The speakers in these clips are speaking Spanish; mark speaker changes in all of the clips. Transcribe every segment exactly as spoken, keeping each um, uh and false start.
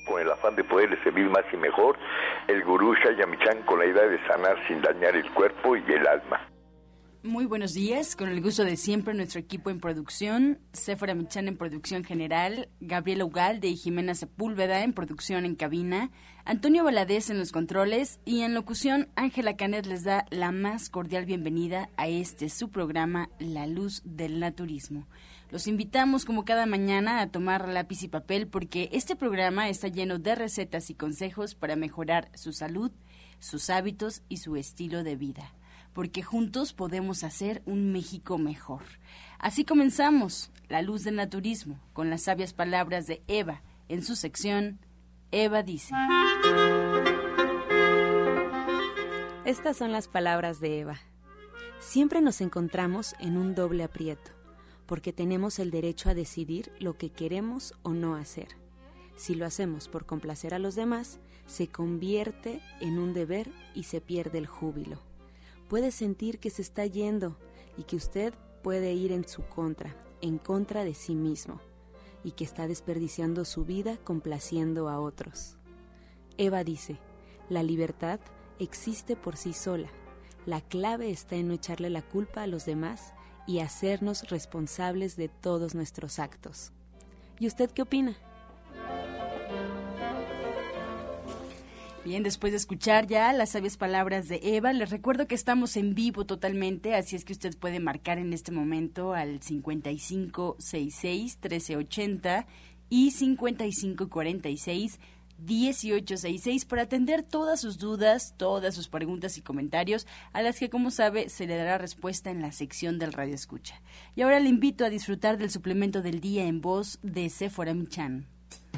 Speaker 1: con el afán de poderles servir más y mejor, el gurú Shayamichan con la idea de sanar sin dañar el cuerpo y el alma.
Speaker 2: Muy buenos días, con el gusto de siempre nuestro equipo en producción, Séfora Michan en producción general, Gabriela Ugalde y Jimena Sepúlveda en producción en cabina, Antonio Valadez en los controles y en locución Ángela Canet les da la más cordial bienvenida a este su programa La Luz del Naturismo. Los invitamos como cada mañana a tomar lápiz y papel porque este programa está lleno de recetas y consejos para mejorar su salud, sus hábitos y su estilo de vida, porque juntos podemos hacer un México mejor. Así comenzamos La Luz del Naturismo con las sabias palabras de Eva en su sección Eva dice.
Speaker 3: Estas son las palabras de Eva. Siempre nos encontramos en un doble aprieto, porque tenemos el derecho a decidir lo que queremos o no hacer. Si lo hacemos por complacer a los demás, se convierte en un deber y se pierde el júbilo. Puede sentir que se está yendo y que usted puede ir en su contra, en contra de sí mismo, y que está desperdiciando su vida complaciendo a otros. Eva dice, la libertad existe por sí sola. La clave está en no echarle la culpa a los demás y hacernos responsables de todos nuestros actos. ¿Y usted qué opina?
Speaker 2: Bien, después de escuchar ya las sabias palabras de Eva, les recuerdo que estamos en vivo totalmente, así es que usted puede marcar en este momento al cincuenta y cinco sesenta y seis, trece ochenta y cincuenta y cinco cuarenta y seis, dieciocho sesenta y seis para atender todas sus dudas, todas sus preguntas y comentarios, a las que, como sabe, se le dará respuesta en la sección del Radio Escucha. Y ahora le invito a disfrutar del suplemento del día en voz de Séfora Michan.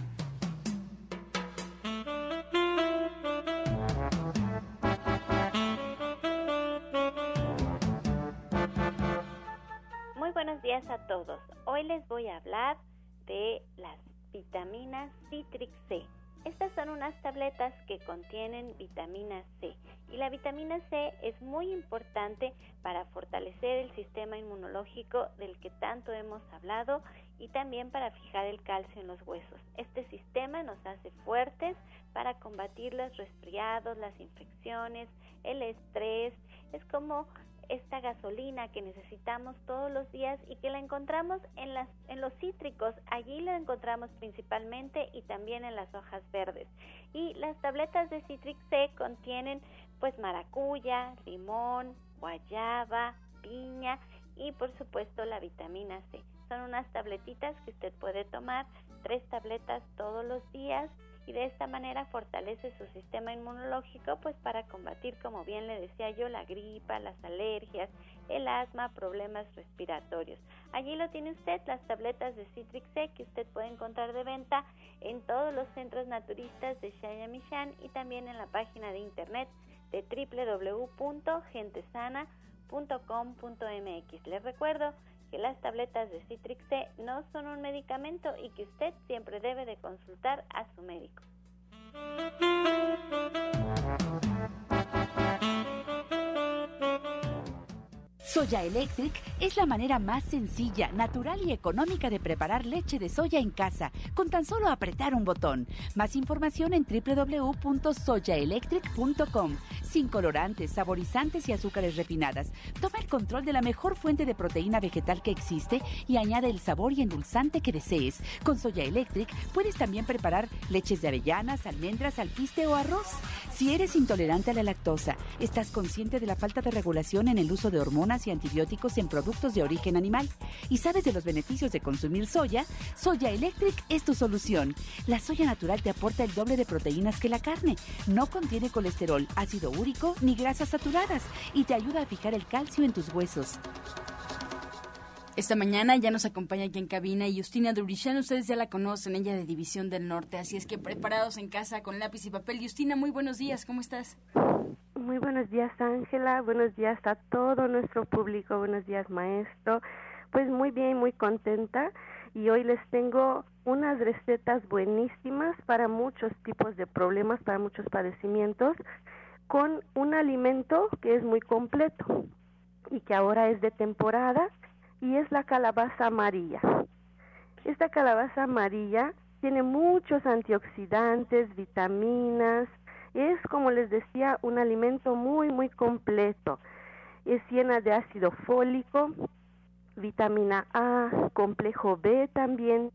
Speaker 4: Buenos días a todos. Hoy les voy a hablar de las vitaminas Citrix C. Estas son unas tabletas que contienen vitamina C y la vitamina C es muy importante para fortalecer el sistema inmunológico del que tanto hemos hablado y también para fijar el calcio en los huesos. Este sistema nos hace fuertes para combatir los resfriados, las infecciones, el estrés. Es como esta gasolina que necesitamos todos los días y que la encontramos en las en los cítricos. Allí la encontramos principalmente y también en las hojas verdes. Y las tabletas de Citrix C contienen pues maracuya, limón, guayaba, piña y por supuesto la vitamina C. Son unas tabletitas que usted puede tomar, tres tabletas todos los días, y de esta manera fortalece su sistema inmunológico pues para combatir, como bien le decía yo, la gripa, las alergias, el asma, problemas respiratorios. Allí lo tiene usted, las tabletas de Citrix C que usted puede encontrar de venta en todos los centros naturistas de Shayamichan y también en la página de internet de doble u doble u doble u punto gente sana punto com punto m x. Les recuerdo que las tabletas de Citrix C no son un medicamento y que usted siempre debe de consultar a su médico.
Speaker 5: Soya Electric es la manera más sencilla, natural y económica de preparar leche de soya en casa, con tan solo apretar un botón. Más información en doble u doble u doble u punto soya electric punto com. Sin colorantes, saborizantes y azúcares refinadas. Toma el control de la mejor fuente de proteína vegetal que existe y añade el sabor y endulzante que desees. Con Soya Electric puedes también preparar leches de avellanas, almendras, alpiste o arroz. Si eres intolerante a la lactosa, estás consciente de la falta de regulación en el uso de hormonas y antibióticos en productos de origen animal y sabes de los beneficios de consumir soya, Soya Electric es tu solución. La soya natural te aporta el doble de proteínas que la carne, no contiene colesterol, ácido úrico ni grasas saturadas y te ayuda a fijar el calcio en tus huesos.
Speaker 2: Esta mañana ya nos acompaña aquí en cabina Justina Durishan, ustedes ya la conocen, ella de División del Norte, así es que preparados en casa con lápiz y papel. Justina, muy buenos días, ¿cómo estás?
Speaker 6: Muy buenos días, Ángela, buenos días a todo nuestro público, buenos días, maestro. Pues muy bien, muy contenta, y hoy les tengo unas recetas buenísimas para muchos tipos de problemas, para muchos padecimientos, con un alimento que es muy completo y que ahora es de temporada, y es la calabaza amarilla. Esta calabaza amarilla tiene muchos antioxidantes, vitaminas, es, como les decía, un alimento muy, muy completo. Es llena de ácido fólico, vitamina A, complejo B también.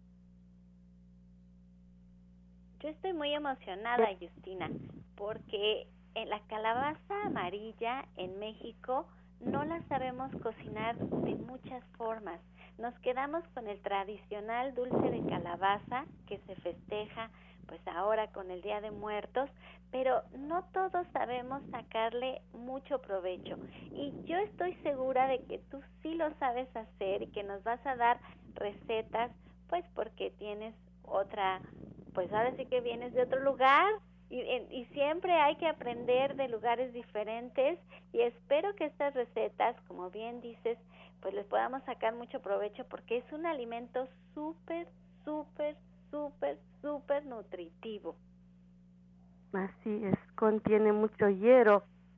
Speaker 4: Yo estoy muy emocionada, Justina, porque en la calabaza amarilla en México no la sabemos cocinar de muchas formas. Nos quedamos con el tradicional dulce de calabaza que se festeja pues ahora con el Día de Muertos, pero no todos sabemos sacarle mucho provecho. Y yo estoy segura de que tú sí lo sabes hacer y que nos vas a dar recetas, pues porque tienes otra, pues ahora sí que vienes de otro lugar y, y siempre hay que aprender de lugares diferentes y espero que estas recetas, como bien dices, pues les podamos sacar mucho provecho porque es un alimento súper, súper, súper, súper nutritivo.
Speaker 6: Así es, contiene mucho hierro,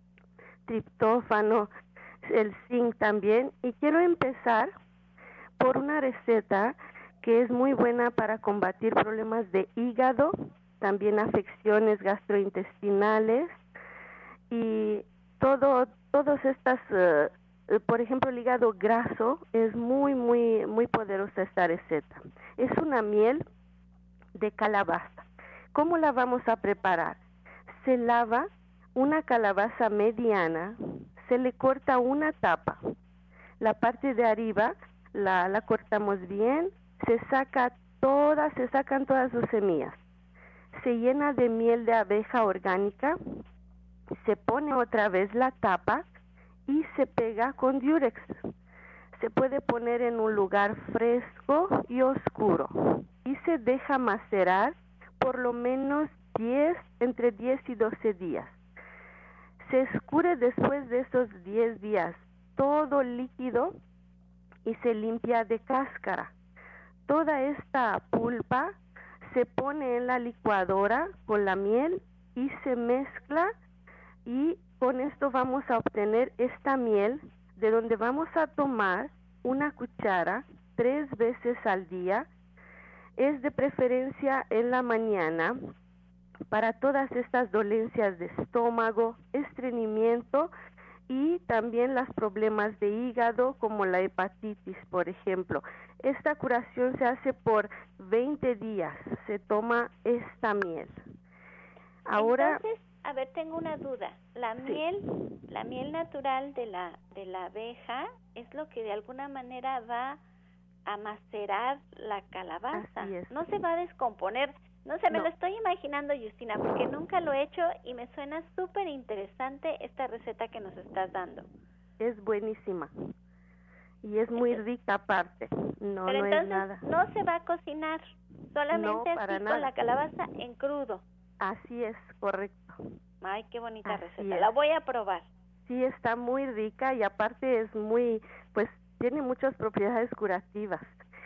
Speaker 6: triptófano, el zinc también. Y quiero empezar por una receta que es muy buena para combatir problemas de hígado, también afecciones gastrointestinales y todo, todas estas, uh, por ejemplo, el hígado graso, es muy, muy, muy poderosa esta receta. Es una miel de calabaza. ¿Cómo la vamos a preparar? Se lava una calabaza mediana, se le corta una tapa, la parte de arriba la, la cortamos bien, se saca todas, se sacan todas sus semillas, se llena de miel de abeja orgánica, se pone otra vez la tapa y se pega con Durex. Se puede poner en un lugar fresco y oscuro y se deja macerar por lo menos diez, entre diez y doce días. Se escurre después de esos diez días todo líquido y se limpia de cáscara. Toda esta pulpa se pone en la licuadora con la miel y se mezcla y con esto vamos a obtener esta miel de donde vamos a tomar una cuchara tres veces al día. Es de preferencia en la mañana para todas estas dolencias de estómago, estreñimiento y también los problemas de hígado como la hepatitis, por ejemplo. Esta curación se hace por veinte días, se toma esta miel. Ahora,
Speaker 4: entonces, a ver, tengo una duda. La sí. miel, la miel natural de la de la abeja es lo que de alguna manera va a macerar la calabaza.
Speaker 6: Así es.
Speaker 4: No se va a descomponer. No sé, me
Speaker 6: no.
Speaker 4: lo estoy imaginando, Justina, porque nunca lo he hecho y me suena súper interesante esta receta que nos estás dando.
Speaker 6: Es buenísima y es muy
Speaker 4: entonces,
Speaker 6: rica aparte. No,
Speaker 4: pero
Speaker 6: no
Speaker 4: entonces
Speaker 6: es nada.
Speaker 4: no se va a cocinar, solamente
Speaker 6: no,
Speaker 4: así
Speaker 6: para
Speaker 4: con
Speaker 6: nada.
Speaker 4: la calabaza en crudo.
Speaker 6: Así es, correcto.
Speaker 4: Ay, qué bonita
Speaker 6: así
Speaker 4: receta.
Speaker 6: Es.
Speaker 4: La voy a probar.
Speaker 6: Sí, está muy rica y aparte es muy, pues tiene muchas propiedades curativas.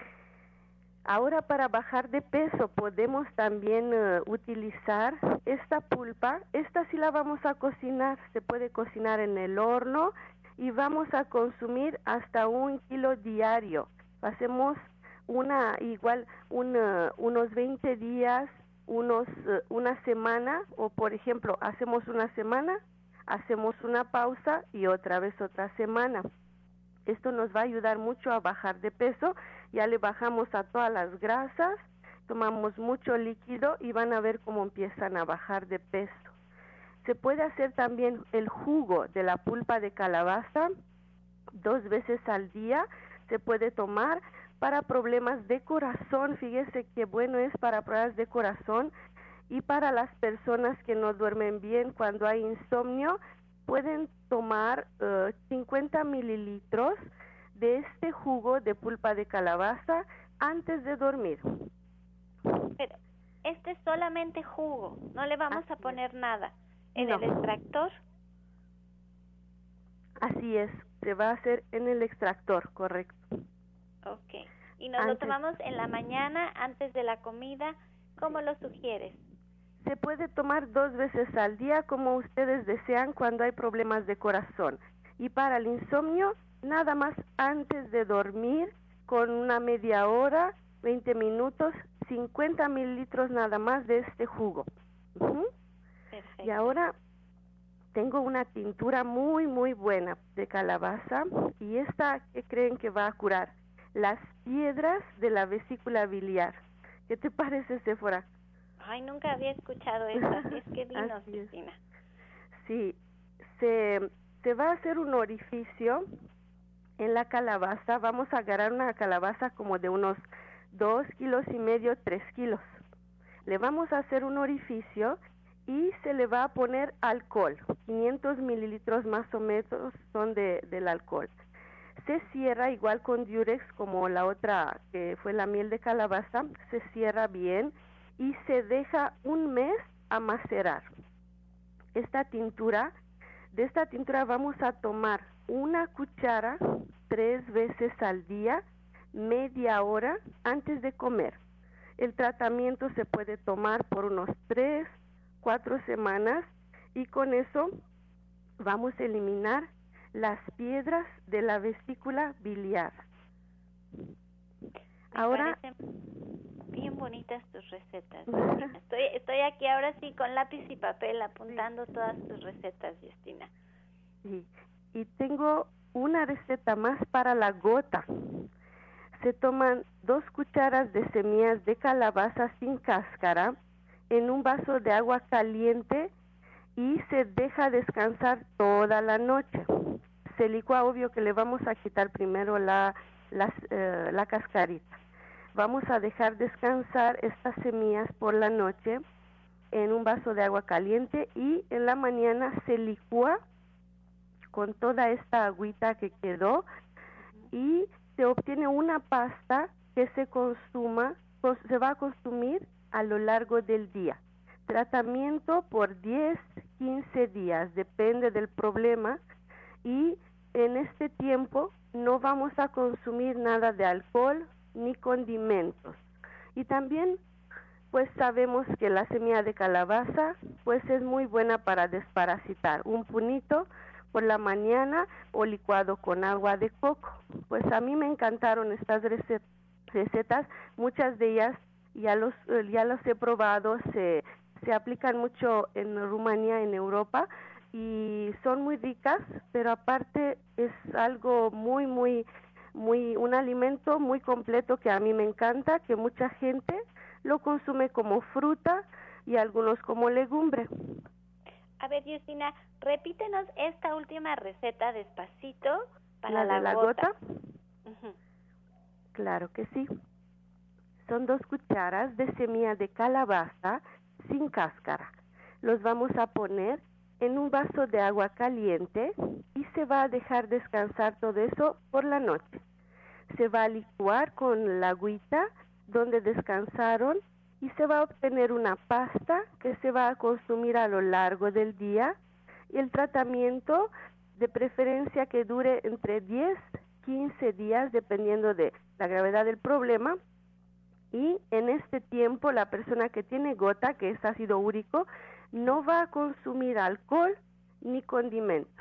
Speaker 6: Ahora, para bajar de peso podemos también uh, utilizar esta pulpa. Esta sí la vamos a cocinar, se puede cocinar en el horno y vamos a consumir hasta un kilo diario. Hacemos una igual un, uh, unos veinte días, unos uh, una semana, o por ejemplo hacemos una semana, hacemos una pausa y otra vez otra semana. Esto nos va a ayudar mucho a bajar de peso. Ya le bajamos a todas las grasas, tomamos mucho líquido y van a ver cómo empiezan a bajar de peso. Se puede hacer también el jugo de la pulpa de calabaza dos veces al día. Se puede tomar para problemas de corazón. Fíjese qué bueno es para problemas de corazón y para las personas que no duermen bien cuando hay insomnio. Pueden tomar uh, cincuenta mililitros de este jugo de pulpa de calabaza antes de dormir.
Speaker 4: Pero este es solamente jugo, no le vamos
Speaker 6: Así
Speaker 4: a poner
Speaker 6: es.
Speaker 4: nada. ¿En
Speaker 6: No.
Speaker 4: el extractor?
Speaker 6: Así es, se va a hacer en el extractor, correcto.
Speaker 4: Ok. ¿Y nos
Speaker 6: Antes.
Speaker 4: lo tomamos en la mañana, antes de la comida? ¿Cómo lo sugieres?
Speaker 6: Se puede tomar dos veces al día, como ustedes desean, cuando hay problemas de corazón. Y para el insomnio, nada más antes de dormir, con una media hora veinte minutos, cincuenta mililitros nada más de este jugo. Uh-huh.
Speaker 4: Perfecto.
Speaker 6: Y ahora tengo una tintura muy, muy buena de calabaza, y esta, ¿qué creen que va a curar? Las piedras de la vesícula biliar. ¿Qué te parece, Séfora?
Speaker 4: Ay, nunca había escuchado eso, así es que dinos, Justina.
Speaker 6: Sí, se, se va a hacer un orificio en la calabaza. Vamos a agarrar una calabaza como de unos dos kilos y medio, tres kilos. Le vamos a hacer un orificio y se le va a poner alcohol. quinientos mililitros más o menos son de, del alcohol. Se cierra igual con Durex como la otra que fue la miel de calabaza. Se cierra bien y se deja un mes a macerar. Esta tintura, de esta tintura vamos a tomar una cuchara tres veces al día, media hora antes de comer. El tratamiento se puede tomar por unos tres, cuatro semanas, y con eso vamos a eliminar las piedras de la vesícula biliar.
Speaker 4: Me
Speaker 6: ahora
Speaker 4: bien bonitas tus recetas, Justina. Estoy, estoy aquí ahora sí con lápiz y papel apuntando sí. todas tus recetas, Justina.
Speaker 6: Sí. Y tengo una receta más para la gota. Se toman dos cucharas de semillas de calabaza sin cáscara en un vaso de agua caliente y se deja descansar toda la noche. Se licúa, obvio que le vamos a quitar primero la, la, eh, la cascarita. Vamos a dejar descansar estas semillas por la noche en un vaso de agua caliente, y en la mañana se licúa con toda esta agüita que quedó y se obtiene una pasta que se consuma, se va a consumir a lo largo del día. Tratamiento por diez, quince días, depende del problema, y en este tiempo no vamos a consumir nada de alcohol ni condimentos. Y también pues sabemos que la semilla de calabaza pues es muy buena para desparasitar. Un punito por la mañana o licuado con agua de coco. Pues a mí me encantaron estas recetas, muchas de ellas ya los ya las he probado, se se aplican mucho en Rumanía, en Europa, y son muy ricas, pero aparte es algo muy muy muy un alimento muy completo que a mí me encanta, que mucha gente lo consume como fruta y algunos como legumbre.
Speaker 4: A ver, Justina, repítenos esta última receta despacito para
Speaker 6: ¿La
Speaker 4: la,
Speaker 6: de la
Speaker 4: gota.
Speaker 6: gota? Uh-huh. Claro que sí. Son dos cucharas de semilla de calabaza sin cáscara. Los vamos a poner en un vaso de agua caliente y se va a dejar descansar todo eso por la noche. Se va a licuar con la agüita donde descansaron y se va a obtener una pasta que se va a consumir a lo largo del día, y el tratamiento de preferencia que dure entre diez, quince días dependiendo de la gravedad del problema. Y en este tiempo la persona que tiene gota, que es ácido úrico, no va a consumir alcohol ni condimentos.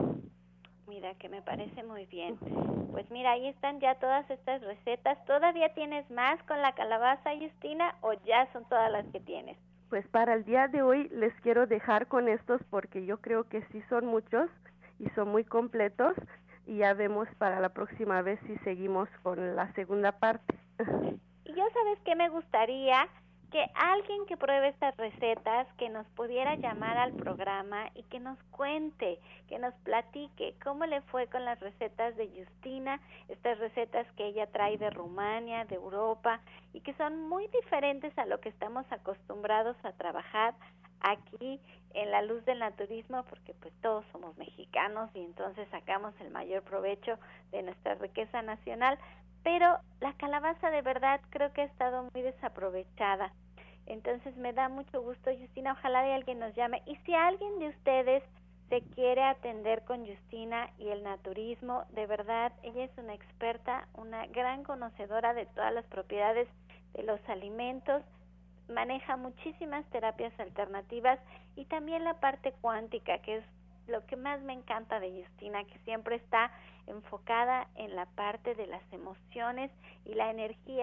Speaker 4: Mira, que me parece muy bien. Pues mira, ahí están ya todas estas recetas. ¿Todavía tienes más con la calabaza, Justina, o ya son todas las que tienes?
Speaker 6: Pues para el día de hoy les quiero dejar con estos porque yo creo que sí son muchos y son muy completos, y ya vemos para la próxima vez si seguimos con la segunda parte.
Speaker 4: Y yo, ¿sabes qué me gustaría? Que alguien que pruebe estas recetas, que nos pudiera llamar al programa y que nos cuente, que nos platique cómo le fue con las recetas de Justina, estas recetas que ella trae de Rumania, de Europa, y que son muy diferentes a lo que estamos acostumbrados a trabajar aquí en la luz del naturismo, porque pues todos somos mexicanos y entonces sacamos el mayor provecho de nuestra riqueza nacional. Pero la calabaza de verdad creo que ha estado muy desaprovechada. Entonces me da mucho gusto, Justina, ojalá de alguien nos llame. Y si alguien de ustedes se quiere atender con Justina y el naturismo, de verdad, ella es una experta, una gran conocedora de todas las propiedades de los alimentos, maneja muchísimas terapias alternativas y también la parte cuántica, que es lo que más me encanta de Justina, que siempre está enfocada en la parte de las emociones y la energía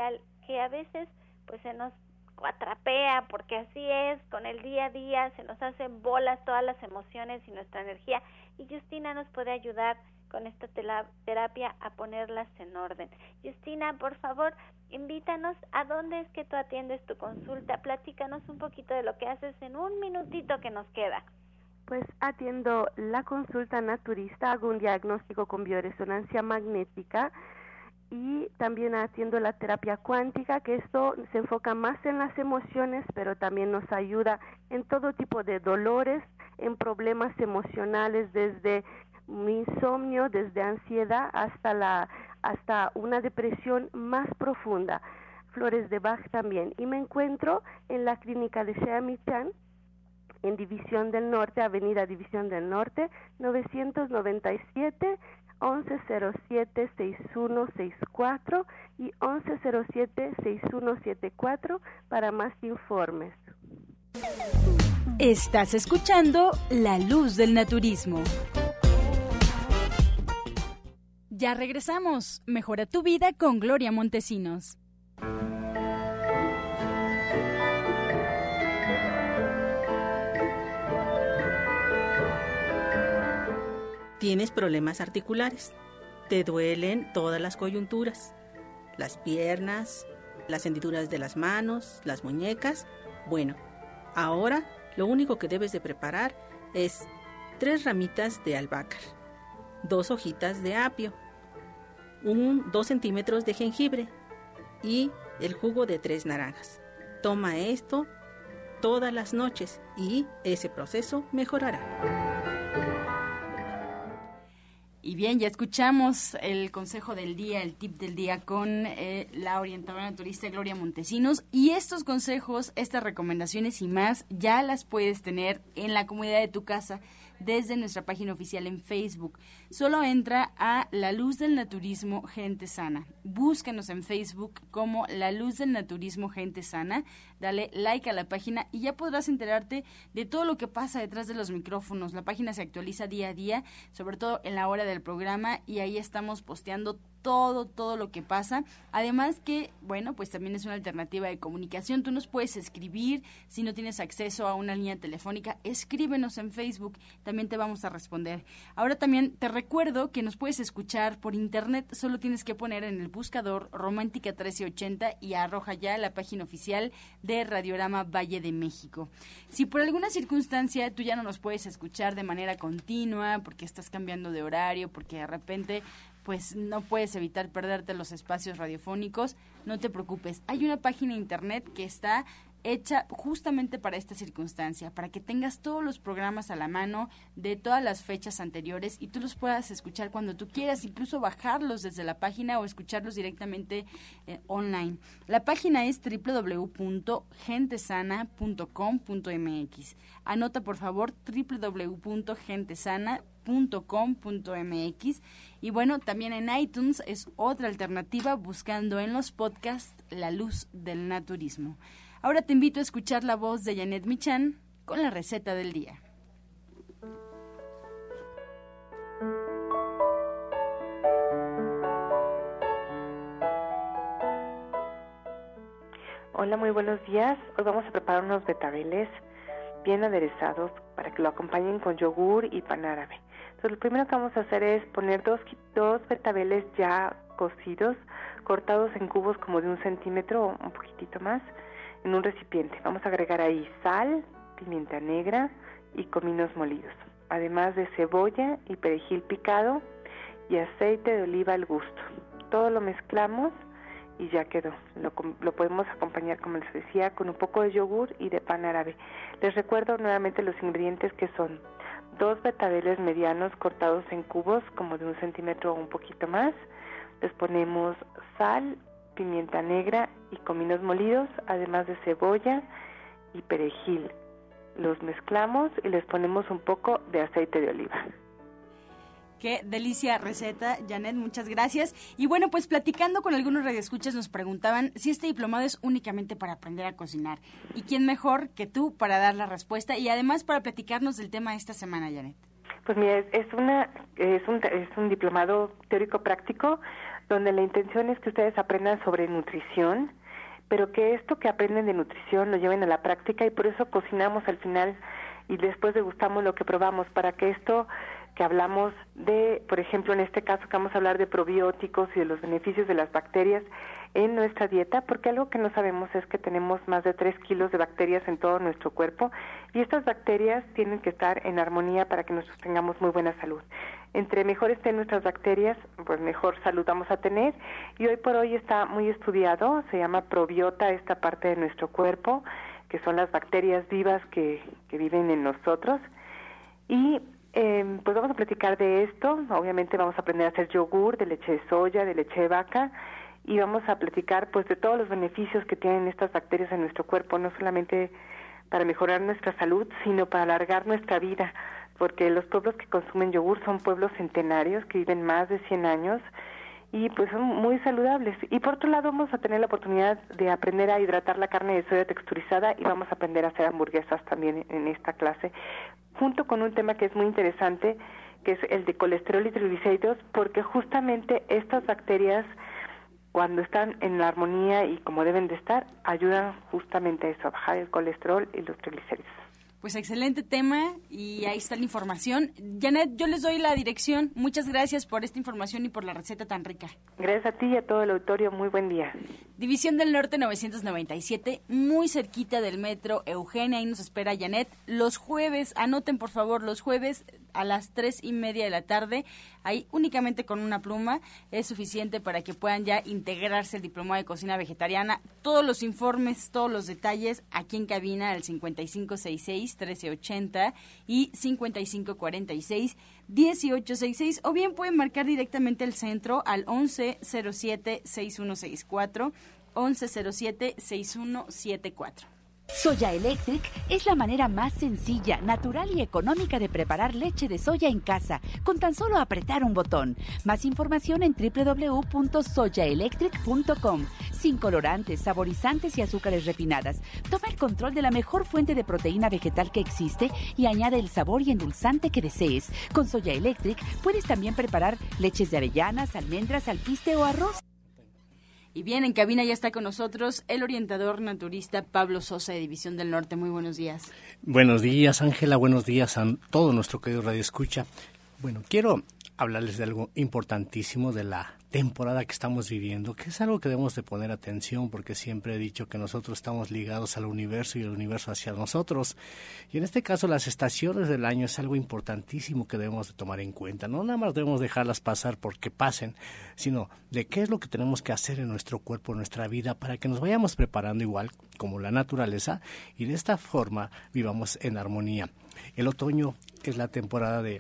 Speaker 4: que a veces pues se nos atrapea, porque así es, con el día a día se nos hacen bolas todas las emociones y nuestra energía, y Justina nos puede ayudar con esta terapia a ponerlas en orden. Justina, por favor, invítanos a dónde es que tú atiendes tu consulta, platícanos un poquito de lo que haces en un minutito que nos queda.
Speaker 6: Pues atiendo la consulta naturista, hago un diagnóstico con bioresonancia magnética y también atiendo la terapia cuántica, que esto se enfoca más en las emociones, pero también nos ayuda en todo tipo de dolores, en problemas emocionales, desde insomnio, desde ansiedad hasta la hasta una depresión más profunda. Flores de Bach también. Y me encuentro en la clínica de Shea Michan, en División del Norte, Avenida División del Norte, novecientos noventa y siete, once cero siete, sesenta y uno sesenta y cuatro y once cero siete, sesenta y uno setenta y cuatro para más informes.
Speaker 2: Estás escuchando La Luz del Naturismo. Ya regresamos. Mejora tu vida con Gloria Montesinos.
Speaker 7: ¿Tienes problemas articulares? ¿Te duelen todas las coyunturas? ¿Las piernas? ¿Las hendiduras de las manos? ¿Las muñecas? Bueno, ahora lo único que debes de preparar es tres ramitas de albahaca, dos hojitas de apio, un, dos centímetros de jengibre y el jugo de tres naranjas. Toma esto todas las noches y ese proceso mejorará.
Speaker 2: Y bien, ya escuchamos el consejo del día, el tip del día con eh, la orientadora naturista Gloria Montesinos. Y estos consejos, estas recomendaciones y más, ya las puedes tener en la comunidad de tu casa desde nuestra página oficial en Facebook. Solo entra a La Luz del Naturismo Gente Sana. Búscanos en Facebook como La Luz del Naturismo Gente Sana. Dale like a la página y ya podrás enterarte de todo lo que pasa detrás de los micrófonos. La página se actualiza día a día, sobre todo en la hora del programa, y ahí estamos posteando todo, todo lo que pasa. Además que, bueno, pues también es una alternativa de comunicación. Tú nos puedes escribir, si no tienes acceso a una línea telefónica, escríbenos en Facebook, también te vamos a responder. Ahora también te recuerdo que nos puedes escuchar por internet, solo tienes que poner en el buscador Romántica trece ochenta y arroja ya la página oficial de Radiorama Valle de México. Si por alguna circunstancia tú ya no nos puedes escuchar de manera continua, porque estás cambiando de horario, porque de repente pues no puedes evitar perderte los espacios radiofónicos, no te preocupes. Hay una página de internet que está hecha justamente para esta circunstancia, para que tengas todos los programas a la mano de todas las fechas anteriores y tú los puedas escuchar cuando tú quieras, incluso bajarlos desde la página o escucharlos directamente eh, online. La página es doble u doble u doble u punto gentesana punto com punto m x. Anota por favor doble u doble u doble u punto gentesana punto com punto m x. Y bueno, también en iTunes es otra alternativa, buscando en los podcasts La Luz del Naturismo. Ahora te invito a escuchar la voz de Janet Michan con la receta del día.
Speaker 8: Hola, muy buenos días. Hoy vamos a preparar unos betabeles bien aderezados para que lo acompañen con yogur y pan árabe. Entonces, lo primero que vamos a hacer es poner dos, dos betabeles ya cocidos, cortados en cubos como de un centímetro o un poquitito más, en un recipiente. Vamos a agregar ahí sal, pimienta negra y cominos molidos, además de cebolla y perejil picado y aceite de oliva al gusto. Todo lo mezclamos y ya quedó. Lo, lo podemos acompañar, como les decía, con un poco de yogur y de pan árabe. Les recuerdo nuevamente los ingredientes, que son dos betabeles medianos cortados en cubos como de un centímetro o un poquito más. Les ponemos sal, pimienta negra y cominos molidos, además de cebolla y perejil. Los mezclamos y les ponemos un poco de aceite de oliva.
Speaker 2: Qué delicia receta, Janet, muchas gracias. Y bueno, pues platicando con algunos radioescuchas nos preguntaban si este diplomado es únicamente para aprender a cocinar. ¿Y quién mejor que tú para dar la respuesta y además para platicarnos del tema de esta semana, Janet?
Speaker 8: Pues mira, es, es, una, es, un, es un diplomado teórico-práctico donde la intención es que ustedes aprendan sobre nutrición pero que esto que aprenden de nutrición lo lleven a la práctica, y por eso cocinamos al final y después degustamos lo que probamos, para que esto que hablamos de, por ejemplo, en este caso que vamos a hablar de probióticos y de los beneficios de las bacterias en nuestra dieta, porque algo que no sabemos es que tenemos más de tres kilos de bacterias en todo nuestro cuerpo, y estas bacterias tienen que estar en armonía para que nosotros tengamos muy buena salud. Entre mejor estén nuestras bacterias, pues mejor salud vamos a tener, y hoy por hoy está muy estudiado, se llama probiota esta parte de nuestro cuerpo, que son las bacterias vivas que, que viven en nosotros, y Eh, pues vamos a platicar de esto. Obviamente vamos a aprender a hacer yogur de leche de soya, de leche de vaca, y vamos a platicar pues de todos los beneficios que tienen estas bacterias en nuestro cuerpo, no solamente para mejorar nuestra salud, sino para alargar nuestra vida, porque los pueblos que consumen yogur son pueblos centenarios que viven más de cien años y pues son muy saludables. Y por otro lado vamos a tener la oportunidad de aprender a hidratar la carne de soya texturizada, y vamos a aprender a hacer hamburguesas también en esta clase, junto con un tema que es muy interesante, que es el de colesterol y triglicéridos, porque justamente estas bacterias, cuando están en la armonía y como deben de estar, ayudan justamente a eso, a bajar el colesterol y los triglicéridos.
Speaker 2: Pues excelente tema, y ahí está la información. Janet, yo les doy la dirección. Muchas gracias por esta información y por la receta tan rica.
Speaker 8: Gracias a ti y a todo el auditorio. Muy buen día.
Speaker 2: División del Norte novecientos noventa y siete, muy cerquita del metro Eugenia. Ahí nos espera Janet. Los jueves, anoten por favor, los jueves a las tres y media de la tarde. Ahí únicamente con una pluma es suficiente para que puedan ya integrarse el diplomado de cocina vegetariana. Todos los informes, todos los detalles aquí en cabina al cincuenta y cinco sesenta y seis, trece ochenta y cincuenta y cinco cuarenta y seis, dieciocho sesenta y seis, o bien pueden marcar directamente el centro al once cero siete, sesenta y uno sesenta y cuatro, once cero siete, sesenta y uno setenta y cuatro.
Speaker 5: Soya Electric es la manera más sencilla, natural y económica de preparar leche de soya en casa, con tan solo apretar un botón. Más información en doble u doble u doble u punto soya electric punto com. Sin colorantes, saborizantes y azúcares refinadas. Toma el control de la mejor fuente de proteína vegetal que existe y añade el sabor y endulzante que desees. Con Soya Electric puedes también preparar leches de avellanas, almendras, alpiste o arroz.
Speaker 2: Y bien, en cabina ya está con nosotros el orientador naturista Pablo Sosa, de División del Norte. Muy buenos días.
Speaker 9: Buenos días, Ángela. Buenos días a todo nuestro querido Radio Escucha. Bueno, quiero hablarles de algo importantísimo de la temporada que estamos viviendo, que es algo que debemos de poner atención, porque siempre he dicho que nosotros estamos ligados al universo y el universo hacia nosotros. Y en este caso las estaciones del año es algo importantísimo que debemos de tomar en cuenta. No nada más debemos dejarlas pasar porque pasen, sino de qué es lo que tenemos que hacer en nuestro cuerpo, en nuestra vida, para que nos vayamos preparando igual como la naturaleza y de esta forma vivamos en armonía. El otoño es la temporada de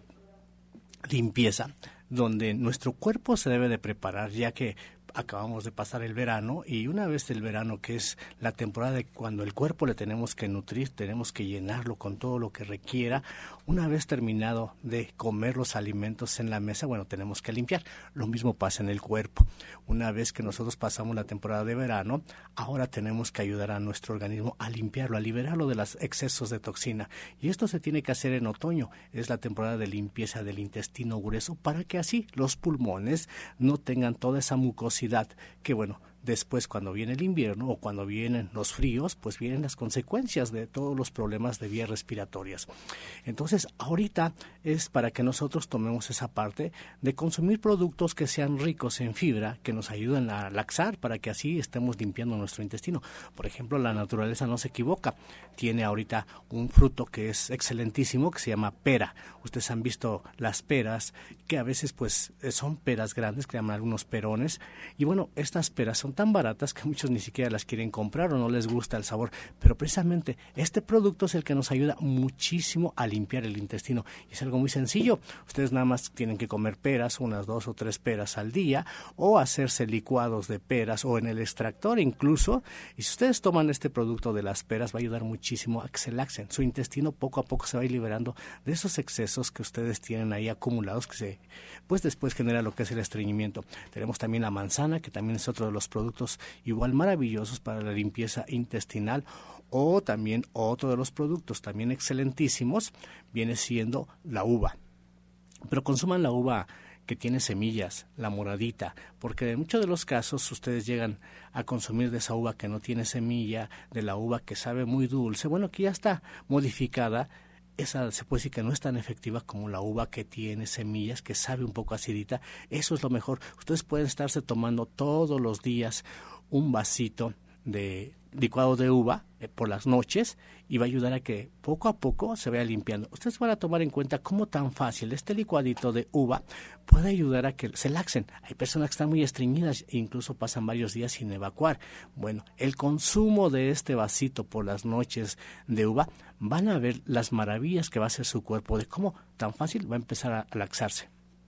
Speaker 9: limpieza, donde nuestro cuerpo se debe de preparar, ya que acabamos de pasar el verano, y una vez el verano, que es la temporada de cuando el cuerpo le tenemos que nutrir, tenemos que llenarlo con todo lo que requiera. Una vez terminado de comer los alimentos en la mesa, bueno, tenemos que limpiar. Lo mismo pasa en el cuerpo. Una vez que nosotros pasamos la temporada de verano, ahora tenemos que ayudar a nuestro organismo a limpiarlo, a liberarlo de los excesos de toxina. Y esto se tiene que hacer en otoño. Es la temporada de limpieza del intestino grueso, para que así los pulmones no tengan toda esa mucosidad que, bueno, después cuando viene el invierno o cuando vienen los fríos, pues vienen las consecuencias de todos los problemas de vías respiratorias. Entonces, ahorita es para que nosotros tomemos esa parte de consumir productos que sean ricos en fibra, que nos ayuden a laxar, para que así estemos limpiando nuestro intestino. Por ejemplo, la naturaleza no se equivoca. Tiene ahorita un fruto que es excelentísimo, que se llama pera. Ustedes han visto las peras, que a veces pues son peras grandes, que llaman algunos perones. Y bueno, estas peras son tan baratas que muchos ni siquiera las quieren comprar o no les gusta el sabor, pero precisamente este producto es el que nos ayuda muchísimo a limpiar el intestino, y es algo muy sencillo. Ustedes nada más tienen que comer peras, unas dos o tres peras al día, o hacerse licuados de peras o en el extractor incluso, y si ustedes toman este producto de las peras va a ayudar muchísimo a que se laxen. Su intestino poco a poco se va a ir liberando de esos excesos que ustedes tienen ahí acumulados, que se, pues después genera lo que es el estreñimiento. Tenemos también la manzana, que también es otro de los productos igual maravillosos para la limpieza intestinal, o también otro de los productos también excelentísimos viene siendo la uva. Pero consuman la uva que tiene semillas, la moradita, porque en muchos de los casos ustedes llegan a consumir de esa uva que no tiene semilla, de la uva que sabe muy dulce, bueno, que ya está modificada. Esa se puede decir que no es tan efectiva como la uva que tiene semillas, que sabe un poco acidita. Eso es lo mejor. Ustedes pueden estarse tomando todos los días un vasito de licuado de uva eh, por las noches, y va a ayudar a que poco a poco se vaya limpiando. Ustedes van a tomar en cuenta cómo tan fácil este licuadito de uva puede ayudar a que se laxen. Hay personas que están muy estreñidas e incluso pasan varios días sin evacuar. Bueno, el consumo de este vasito por las noches de uva, van a ver las maravillas que va a hacer su cuerpo, de cómo tan fácil va a empezar a laxarse.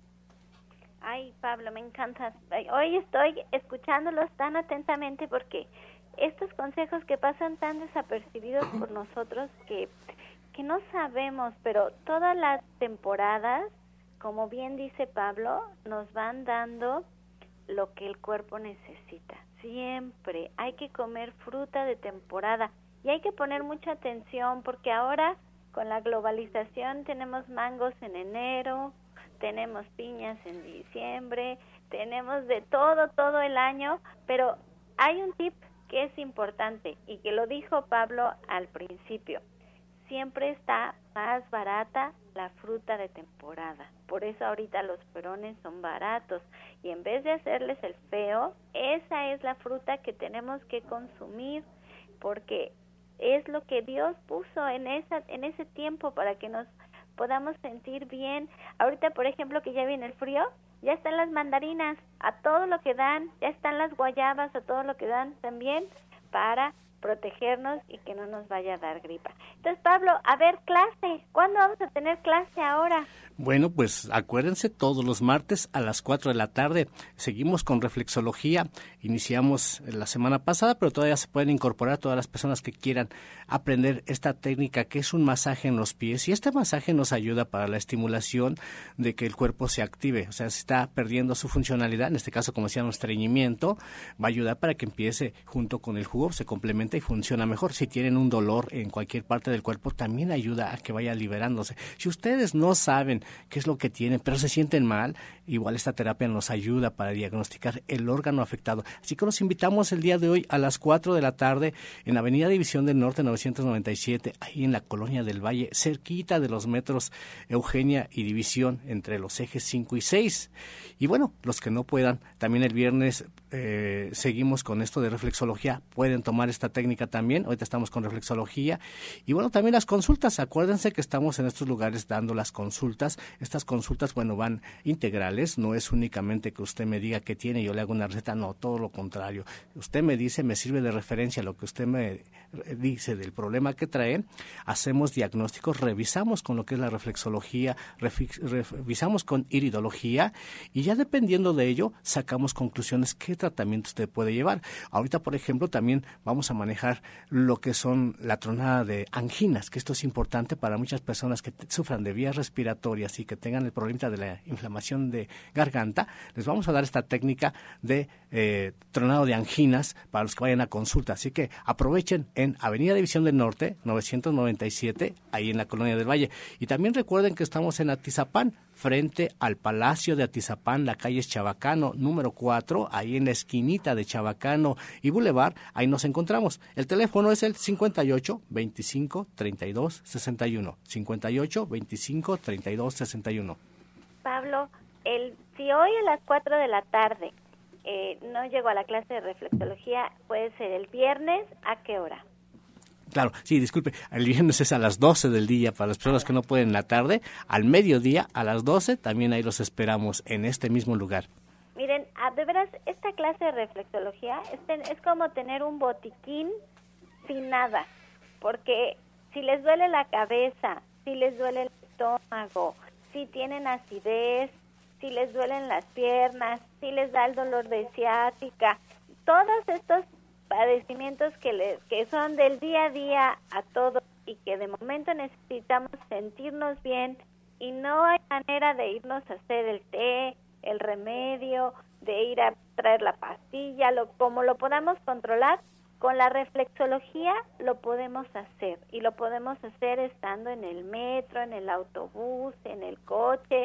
Speaker 4: Ay, Pablo, me encanta. Hoy estoy escuchándolos tan atentamente porque estos consejos que pasan tan desapercibidos por nosotros que, que no sabemos, pero todas las temporadas, como bien dice Pablo, nos van dando lo que el cuerpo necesita. Siempre hay que comer fruta de temporada y hay que poner mucha atención porque ahora con la globalización tenemos mangos en enero, tenemos piñas en diciembre, tenemos de todo, todo el año, pero hay un tip que es importante y que lo dijo Pablo al principio. Siempre está más barata la fruta de temporada. Por eso ahorita los perones son baratos. Y en vez de hacerles el feo, esa es la fruta que tenemos que consumir porque es lo que Dios puso en esa en ese tiempo para que nos podamos sentir bien. Ahorita, por ejemplo, que ya viene el frío, ya están las mandarinas a todo lo que dan, ya están las guayabas a todo lo que dan también para protegernos y que no nos vaya a dar gripa. Entonces, Pablo, a ver, clase, ¿cuándo vamos a tener clase ahora?
Speaker 9: Bueno, pues acuérdense, todos los martes a las cuatro de la tarde. Seguimos con reflexología. Iniciamos la semana pasada, pero todavía se pueden incorporar todas las personas que quieran aprender esta técnica, que es un masaje en los pies. Y este masaje nos ayuda para la estimulación de que el cuerpo se active. O sea, si está perdiendo su funcionalidad, en este caso, como decíamos, estreñimiento, va a ayudar para que empiece junto con el jugo, se complementa y funciona mejor. Si tienen un dolor en cualquier parte del cuerpo, también ayuda a que vaya liberándose. Si ustedes no saben qué es lo que tienen, pero se sienten mal, igual esta terapia nos ayuda para diagnosticar el órgano afectado. Así que los invitamos el día de hoy a las cuatro de la tarde en Avenida División del Norte novecientos noventa y siete, ahí en la Colonia del Valle, cerquita de los metros Eugenia y División, entre los ejes cinco y seis. Y bueno, los que no puedan, también el viernes eh, seguimos con esto de reflexología, pueden tomar esta técnica también. Ahorita estamos con reflexología. Y bueno, también las consultas, acuérdense que estamos en estos lugares dando las consultas. Estas consultas, bueno, van integrales, no es únicamente que usted me diga qué tiene y yo le hago una receta, no, todo lo contrario. Usted me dice, me sirve de referencia lo que usted me dice del problema que trae, hacemos diagnósticos, revisamos con lo que es la reflexología, revisamos con iridología y ya dependiendo de ello, sacamos conclusiones qué tratamiento usted puede llevar. Ahorita, por ejemplo, también vamos a manejar lo que son la tronada de anginas, que esto es importante para muchas personas que sufran de vías respiratorias y que tengan el problema de la inflamación de garganta. Les vamos a dar esta técnica de eh, tronado de anginas para los que vayan a consulta. Así que aprovechen en Avenida División del Norte, novecientos noventa y siete, ahí en la Colonia del Valle. Y también recuerden que estamos en Atizapán, frente al Palacio de Atizapán, la calle es Chabacano, número cuatro, ahí en la esquinita de Chabacano y Boulevard, ahí nos encontramos. El teléfono es el cincuenta y ocho, veinticinco, treinta y dos, sesenta y uno, cincuenta y ocho, veinticinco, treinta y dos, sesenta y uno.
Speaker 4: Pablo, el, si hoy a las cuatro de la tarde eh, no llego a la clase de reflexología, puede ser el viernes, ¿a qué hora?
Speaker 9: Claro, sí, disculpe, el viernes es a las doce del día para las personas que no pueden en la tarde, al mediodía a las doce, también ahí los esperamos en este mismo lugar.
Speaker 4: Miren, de veras, esta clase de reflexología es, es como tener un botiquín sin nada, porque si les duele la cabeza, si les duele el estómago, si tienen acidez, si les duelen las piernas, si les da el dolor de ciática, todos estos padecimientos que, le, que son del día a día a todos y que de momento necesitamos sentirnos bien y no hay manera de irnos a hacer el té, el remedio, de ir a traer la pastilla, lo, como lo podamos controlar, con la reflexología lo podemos hacer y lo podemos hacer estando en el metro, en el autobús, en el coche,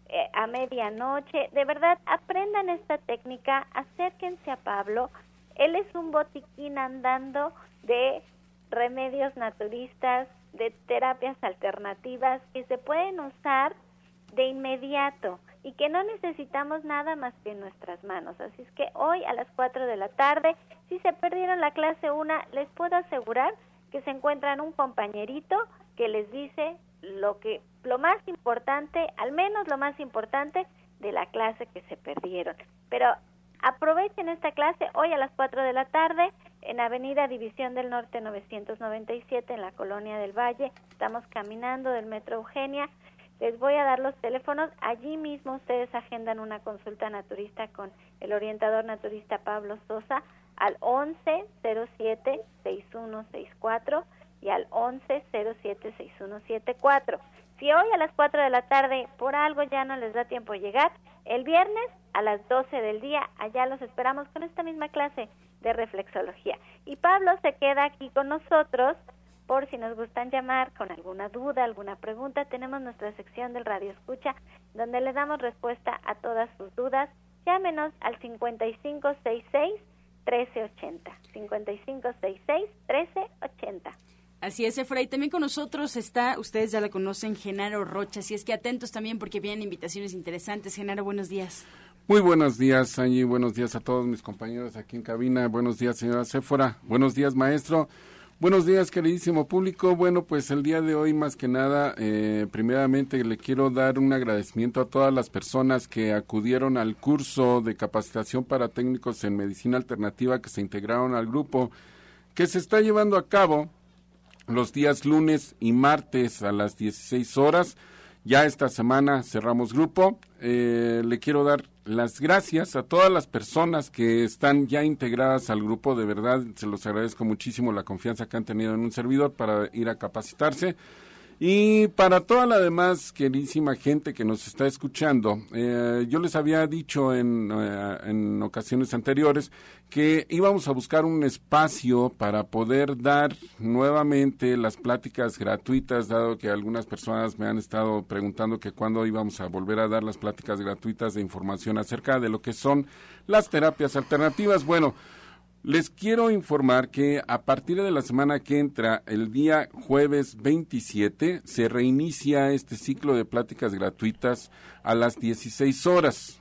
Speaker 4: eh, a medianoche. De verdad, aprendan esta técnica, acérquense a Pablo. Él es un botiquín andando de remedios naturistas, de terapias alternativas que se pueden usar de inmediato y que no necesitamos nada más que nuestras manos. Así es que hoy a las cuatro de la tarde, si se perdieron la clase una, les puedo asegurar que se encuentran un compañerito que les dice lo que lo más importante, al menos lo más importante de la clase que se perdieron. Pero aprovechen esta clase hoy a las cuatro de la tarde en Avenida División del Norte novecientos noventa y siete en la Colonia del Valle. Estamos caminando del Metro Eugenia. Les voy a dar los teléfonos. Allí mismo ustedes agendan una consulta naturista con el orientador naturista Pablo Sosa al once cero siete sesenta y uno sesenta y cuatro y al once cero siete sesenta y uno setenta y cuatro. Si hoy a las cuatro de la tarde por algo ya no les da tiempo de llegar, el viernes a las doce del día allá los esperamos con esta misma clase de reflexología. Y Pablo se queda aquí con nosotros por si nos gustan llamar con alguna duda, alguna pregunta. Tenemos nuestra sección del Radio Escucha donde le damos respuesta a todas sus dudas. Llámenos al cincuenta y cinco sesenta y seis trece ochenta. cincuenta y cinco sesenta y seis trece ochenta.
Speaker 2: Así es, Efra, y también con nosotros está, ustedes ya la conocen, Genaro Rocha, así es que atentos también porque vienen invitaciones interesantes. Genaro, buenos días.
Speaker 10: Muy buenos días, Angie, buenos días a todos mis compañeros aquí en cabina, buenos días, señora Séfora, buenos días, maestro, buenos días, queridísimo público. Bueno, pues el día de hoy, más que nada, eh, primeramente le quiero dar un agradecimiento a todas las personas que acudieron al curso de capacitación para técnicos en medicina alternativa que se integraron al grupo, que se está llevando a cabo los días lunes y martes a las dieciséis horas. Ya esta semana cerramos grupo. Eh, le quiero dar las gracias a todas las personas que están ya integradas al grupo. De verdad, se los agradezco muchísimo la confianza que han tenido en un servidor para ir a capacitarse. Y para toda la demás queridísima gente que nos está escuchando, eh, yo les había dicho en, eh, en ocasiones anteriores que íbamos a buscar un espacio para poder dar nuevamente las pláticas gratuitas, dado que algunas personas me han estado preguntando que cuándo íbamos a volver a dar las pláticas gratuitas de información acerca de lo que son las terapias alternativas. Bueno, les quiero informar que a partir de la semana que entra, el día jueves veintisiete, se reinicia este ciclo de pláticas gratuitas a las dieciséis horas.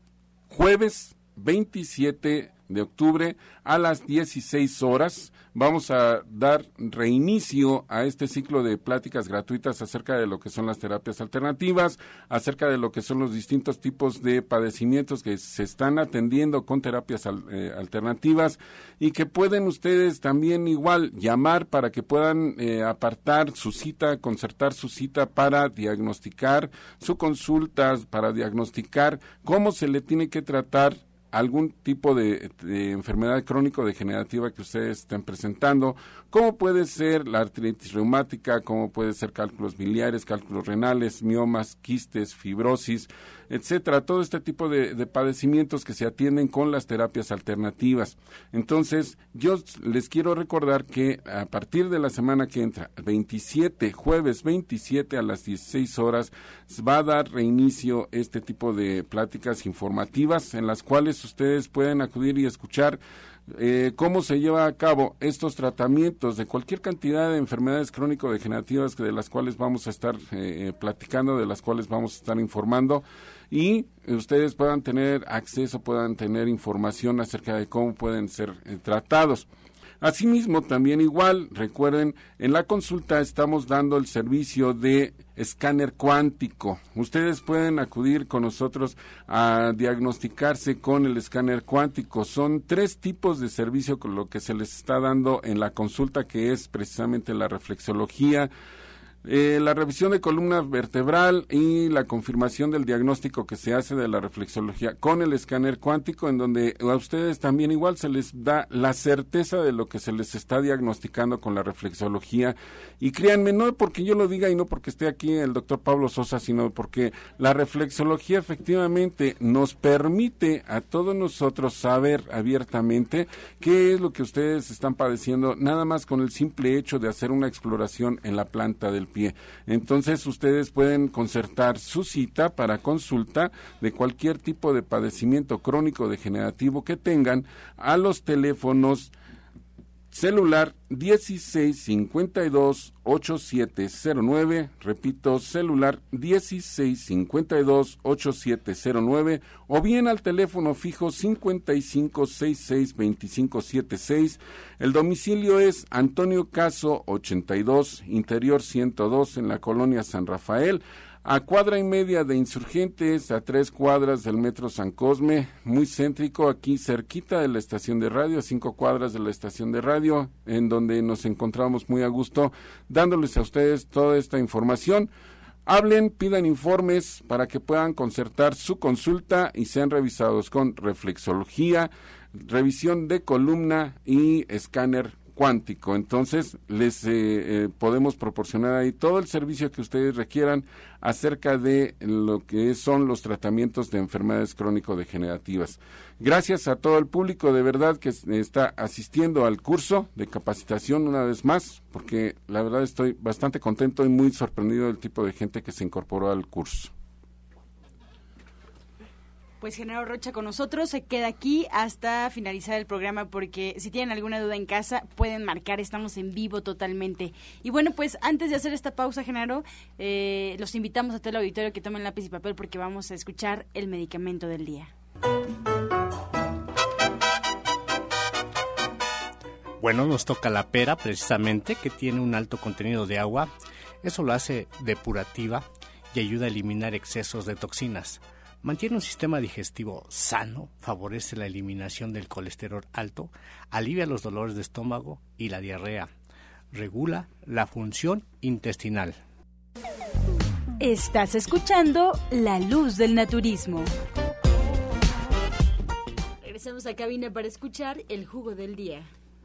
Speaker 10: Jueves veintisiete de octubre a las dieciséis horas vamos a dar reinicio a este ciclo de pláticas gratuitas acerca de lo que son las terapias alternativas, acerca de lo que son los distintos tipos de padecimientos que se están atendiendo con terapias al, eh, alternativas y que pueden ustedes también igual llamar para que puedan eh, apartar su cita, concertar su cita para diagnosticar su consulta, para diagnosticar cómo se le tiene que tratar algún tipo de, de enfermedad crónico-degenerativa que ustedes estén presentando, como puede ser la artritis reumática, como puede ser cálculos biliares, cálculos renales, miomas, quistes, fibrosis, etcétera, todo este tipo de, de padecimientos que se atienden con las terapias alternativas. Entonces, yo les quiero recordar que a partir de la semana que entra, veintisiete, jueves veintisiete a las dieciséis horas, va a dar reinicio este tipo de pláticas informativas en las cuales ustedes pueden acudir y escuchar Eh, cómo se lleva a cabo estos tratamientos de cualquier cantidad de enfermedades crónico-degenerativas de las cuales vamos a estar eh, platicando, de las cuales vamos a estar informando y ustedes puedan tener acceso, puedan tener información acerca de cómo pueden ser eh, tratados. Asimismo, también igual, recuerden, en la consulta estamos dando el servicio de escáner cuántico. Ustedes pueden acudir con nosotros a diagnosticarse con el escáner cuántico. Son tres tipos de servicio con lo que se les está dando en la consulta, que es precisamente la reflexología, Eh, la revisión de columna vertebral y la confirmación del diagnóstico que se hace de la reflexología con el escáner cuántico, en donde a ustedes también igual se les da la certeza de lo que se les está diagnosticando con la reflexología. Y créanme, no porque yo lo diga y no porque esté aquí el doctor Pablo Sosa, sino porque la reflexología efectivamente nos permite a todos nosotros saber abiertamente qué es lo que ustedes están padeciendo, nada más con el simple hecho de hacer una exploración en la planta del pie. pie. Entonces ustedes pueden concertar su cita para consulta de cualquier tipo de padecimiento crónico degenerativo que tengan a los teléfonos celular dieciséis cincuenta y dos ochenta y siete cero nueve, repito, celular dieciséis cincuenta y dos ochenta y siete cero nueve, o bien al teléfono fijo cincuenta y cinco sesenta y seis veinticinco setenta y seis. El domicilio es Antonio Caso ochenta y dos, Interior ciento dos, en la colonia San Rafael, a cuadra y media de Insurgentes, a tres cuadras del Metro San Cosme, muy céntrico, aquí cerquita de la estación de radio, a cinco cuadras de la estación de radio, en donde nos encontramos muy a gusto, dándoles a ustedes toda esta información. Hablen, pidan informes para que puedan concertar su consulta y sean revisados con reflexología, revisión de columna y escáner cuántico. Entonces les eh, eh, podemos proporcionar ahí todo el servicio que ustedes requieran acerca de lo que son los tratamientos de enfermedades crónico-degenerativas. Gracias a todo el público de verdad que está asistiendo al curso de capacitación una vez más, porque la verdad estoy bastante contento y muy sorprendido del tipo de gente que se incorporó al curso.
Speaker 2: Pues Genaro Rocha con nosotros, se queda aquí hasta finalizar el programa, porque si tienen alguna duda en casa pueden marcar, estamos en vivo totalmente. Y bueno, pues antes de hacer esta pausa, Genaro, eh, los invitamos a todo el auditorio que tomen lápiz y papel, porque vamos a escuchar el medicamento del día.
Speaker 9: Bueno, nos toca la pera precisamente, que tiene un alto contenido de agua. Eso lo hace depurativa y ayuda a eliminar excesos de toxinas. Mantiene un sistema digestivo sano, favorece la eliminación del colesterol alto, alivia los dolores de estómago y la diarrea, regula la función intestinal.
Speaker 2: Estás escuchando La Luz del Naturismo. Regresamos a cabina para escuchar el jugo del día.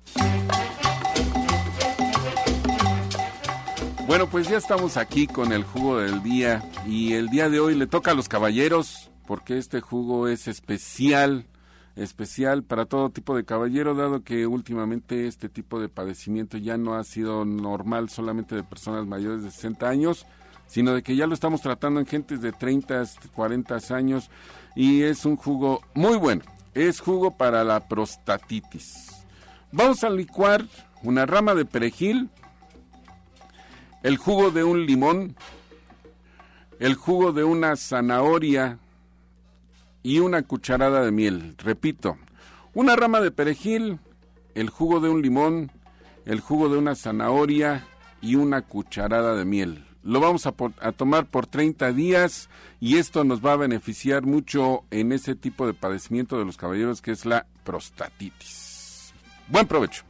Speaker 10: Bueno, pues ya estamos aquí con el jugo del día, y el día de hoy le toca a los caballeros, porque este jugo es especial, especial para todo tipo de caballero, dado que últimamente este tipo de padecimiento ya no ha sido normal solamente de personas mayores de sesenta años, sino de que ya lo estamos tratando en gentes de treinta, cuarenta años, y es un jugo muy bueno, es jugo para la prostatitis. Vamos a licuar una rama de perejil, el jugo de un limón, el jugo de una zanahoria y una cucharada de miel. Repito, una rama de perejil, el jugo de un limón, el jugo de una zanahoria y una cucharada de miel. Lo vamos a, por, a tomar por treinta días, y esto nos va a beneficiar mucho en ese tipo de padecimiento de los caballeros que es la prostatitis. Buen provecho.